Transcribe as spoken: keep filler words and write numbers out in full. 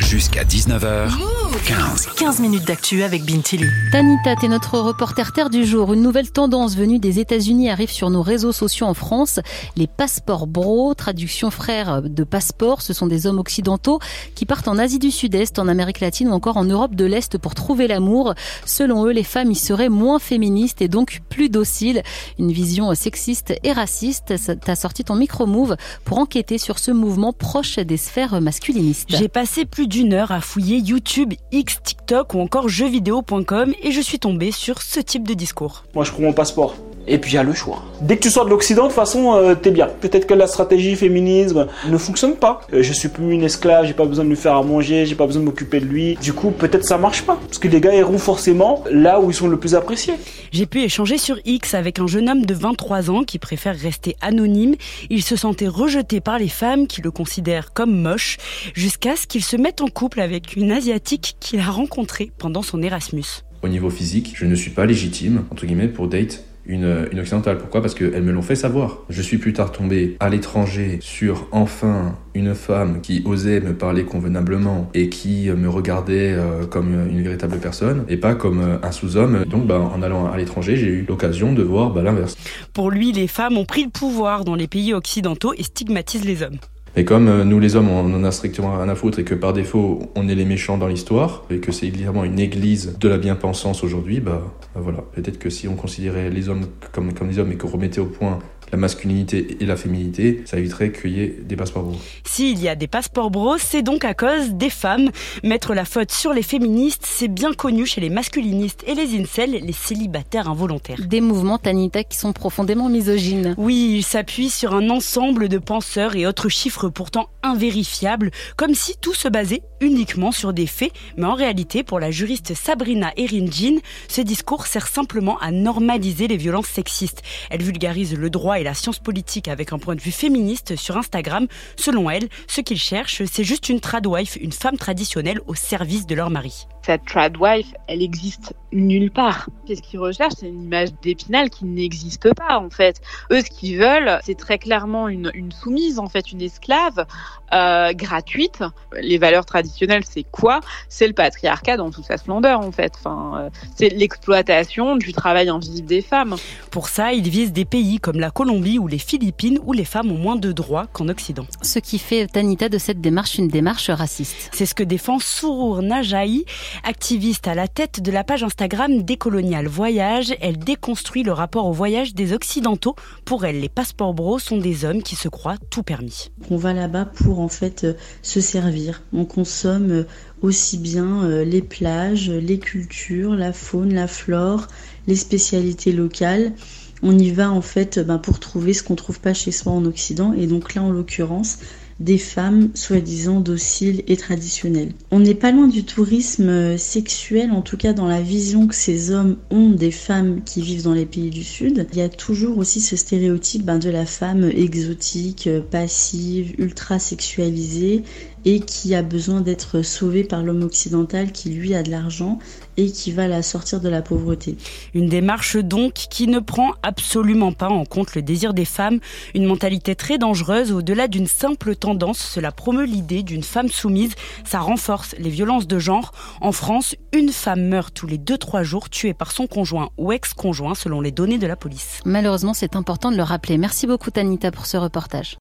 Jusqu'à dix-neuf heures quinze. quinze minutes d'actu avec Bintili. Tanita, t'es notre reporter terre du jour. Une nouvelle tendance venue des États-Unis arrive sur nos réseaux sociaux en France. Les passeports bros, traduction frère de passeport, ce sont des hommes occidentaux qui partent en Asie du Sud-Est, en Amérique latine ou encore en Europe de l'Est pour trouver l'amour. Selon eux, les femmes y seraient moins féministes et donc plus dociles. Une vision sexiste et raciste. T'as sorti ton micro-move pour enquêter sur ce mouvement proche des sphères masculinistes. J'ai passé plus d'une heure à fouiller YouTube, X, TikTok ou encore jeux vidéo point com et je suis tombée sur ce type de discours. Moi je prends mon passeport. Et puis il y a le choix. Dès que tu sors de l'Occident, de toute façon, euh, t'es bien. Peut-être que la stratégie féminisme ne fonctionne pas. Euh, je suis plus une esclave, j'ai pas besoin de lui faire à manger, j'ai pas besoin de m'occuper de lui. Du coup, peut-être ça marche pas. Parce que les gars iront forcément là où ils sont le plus appréciés. J'ai pu échanger sur X avec un jeune homme de vingt-trois ans qui préfère rester anonyme. Il se sentait rejeté par les femmes qui le considèrent comme moche, jusqu'à ce qu'il se mette en couple avec une Asiatique qu'il a rencontrée pendant son Erasmus. Au niveau physique, je ne suis pas légitime, entre guillemets, pour date Une, une occidentale. Pourquoi ? Parce qu'elles me l'ont fait savoir. Je suis plus tard tombé à l'étranger sur enfin une femme qui osait me parler convenablement et qui me regardait euh, comme une véritable personne et pas comme euh, un sous-homme. Donc bah, en allant à l'étranger, j'ai eu l'occasion de voir bah, l'inverse. Pour lui, les femmes ont pris le pouvoir dans les pays occidentaux et stigmatisent les hommes. Et comme euh, nous les hommes, on en a strictement rien à foutre et que par défaut, on est les méchants dans l'histoire et que c'est évidemment une église de la bien-pensance aujourd'hui, bah, bah voilà, peut-être que si on considérait les hommes comme, comme des hommes et qu'on remettait au point la masculinité et la féminité, ça éviterait qu'il y ait des passeports bros. S'il y a des passeports bros, c'est donc à cause des femmes. Mettre la faute sur les féministes, c'est bien connu chez les masculinistes et les incels, les célibataires involontaires. Des mouvements, Tanita, qui sont profondément misogynes. Oui, ils s'appuient sur un ensemble de penseurs et autres chiffres pourtant invérifiables, comme si tout se basait uniquement sur des faits. Mais en réalité, pour la juriste Sabrina Erin-Jean, ce discours sert simplement à normaliser les violences sexistes. Elle vulgarise le droit et la science politique avec un point de vue féministe sur Instagram. Selon elle, ce qu'ils cherchent, c'est juste une tradwife, une femme traditionnelle au service de leur mari. Cette tradwife, elle existe nulle part. Et ce qu'ils recherchent, c'est une image d'Épinal qui n'existe pas, en fait. Eux, ce qu'ils veulent, c'est très clairement une, une soumise, en fait, une esclave euh, gratuite. Les valeurs traditionnelles, c'est quoi ? C'est le patriarcat dans toute sa splendeur, en fait. Enfin, euh, c'est l'exploitation du travail invisible des femmes. Pour ça, ils visent des pays comme la Colombie ou les Philippines, où les femmes ont moins de droits qu'en Occident. Ce qui fait, Tanita, de cette démarche une démarche raciste. C'est ce que défend Sourour Najahi, activiste à la tête de la page Instagram Décolonial Voyage. Elle déconstruit le rapport au voyage des Occidentaux. Pour elle, les passeports bros sont des hommes qui se croient tout permis. On va là-bas pour en fait se servir. On consomme aussi bien les plages, les cultures, la faune, la flore, les spécialités locales. On y va en fait ben, pour trouver ce qu'on ne trouve pas chez soi en Occident. Et donc là, en l'occurrence, des femmes soi-disant dociles et traditionnelles. On n'est pas loin du tourisme sexuel, en tout cas dans la vision que ces hommes ont des femmes qui vivent dans les pays du Sud. Il y a toujours aussi ce stéréotype ben, de la femme exotique, passive, ultra sexualisée et qui a besoin d'être sauvée par l'homme occidental qui lui a de l'argent et qui va la sortir de la pauvreté. Une démarche donc qui ne prend absolument pas en compte le désir des femmes, une mentalité très dangereuse au-delà d'une simple tendance. Cela promeut l'idée d'une femme soumise, ça renforce les violences de genre. En France, une femme meurt tous les deux trois jours tuée par son conjoint ou ex-conjoint selon les données de la police. Malheureusement, c'est important de le rappeler. Merci beaucoup Tanita pour ce reportage.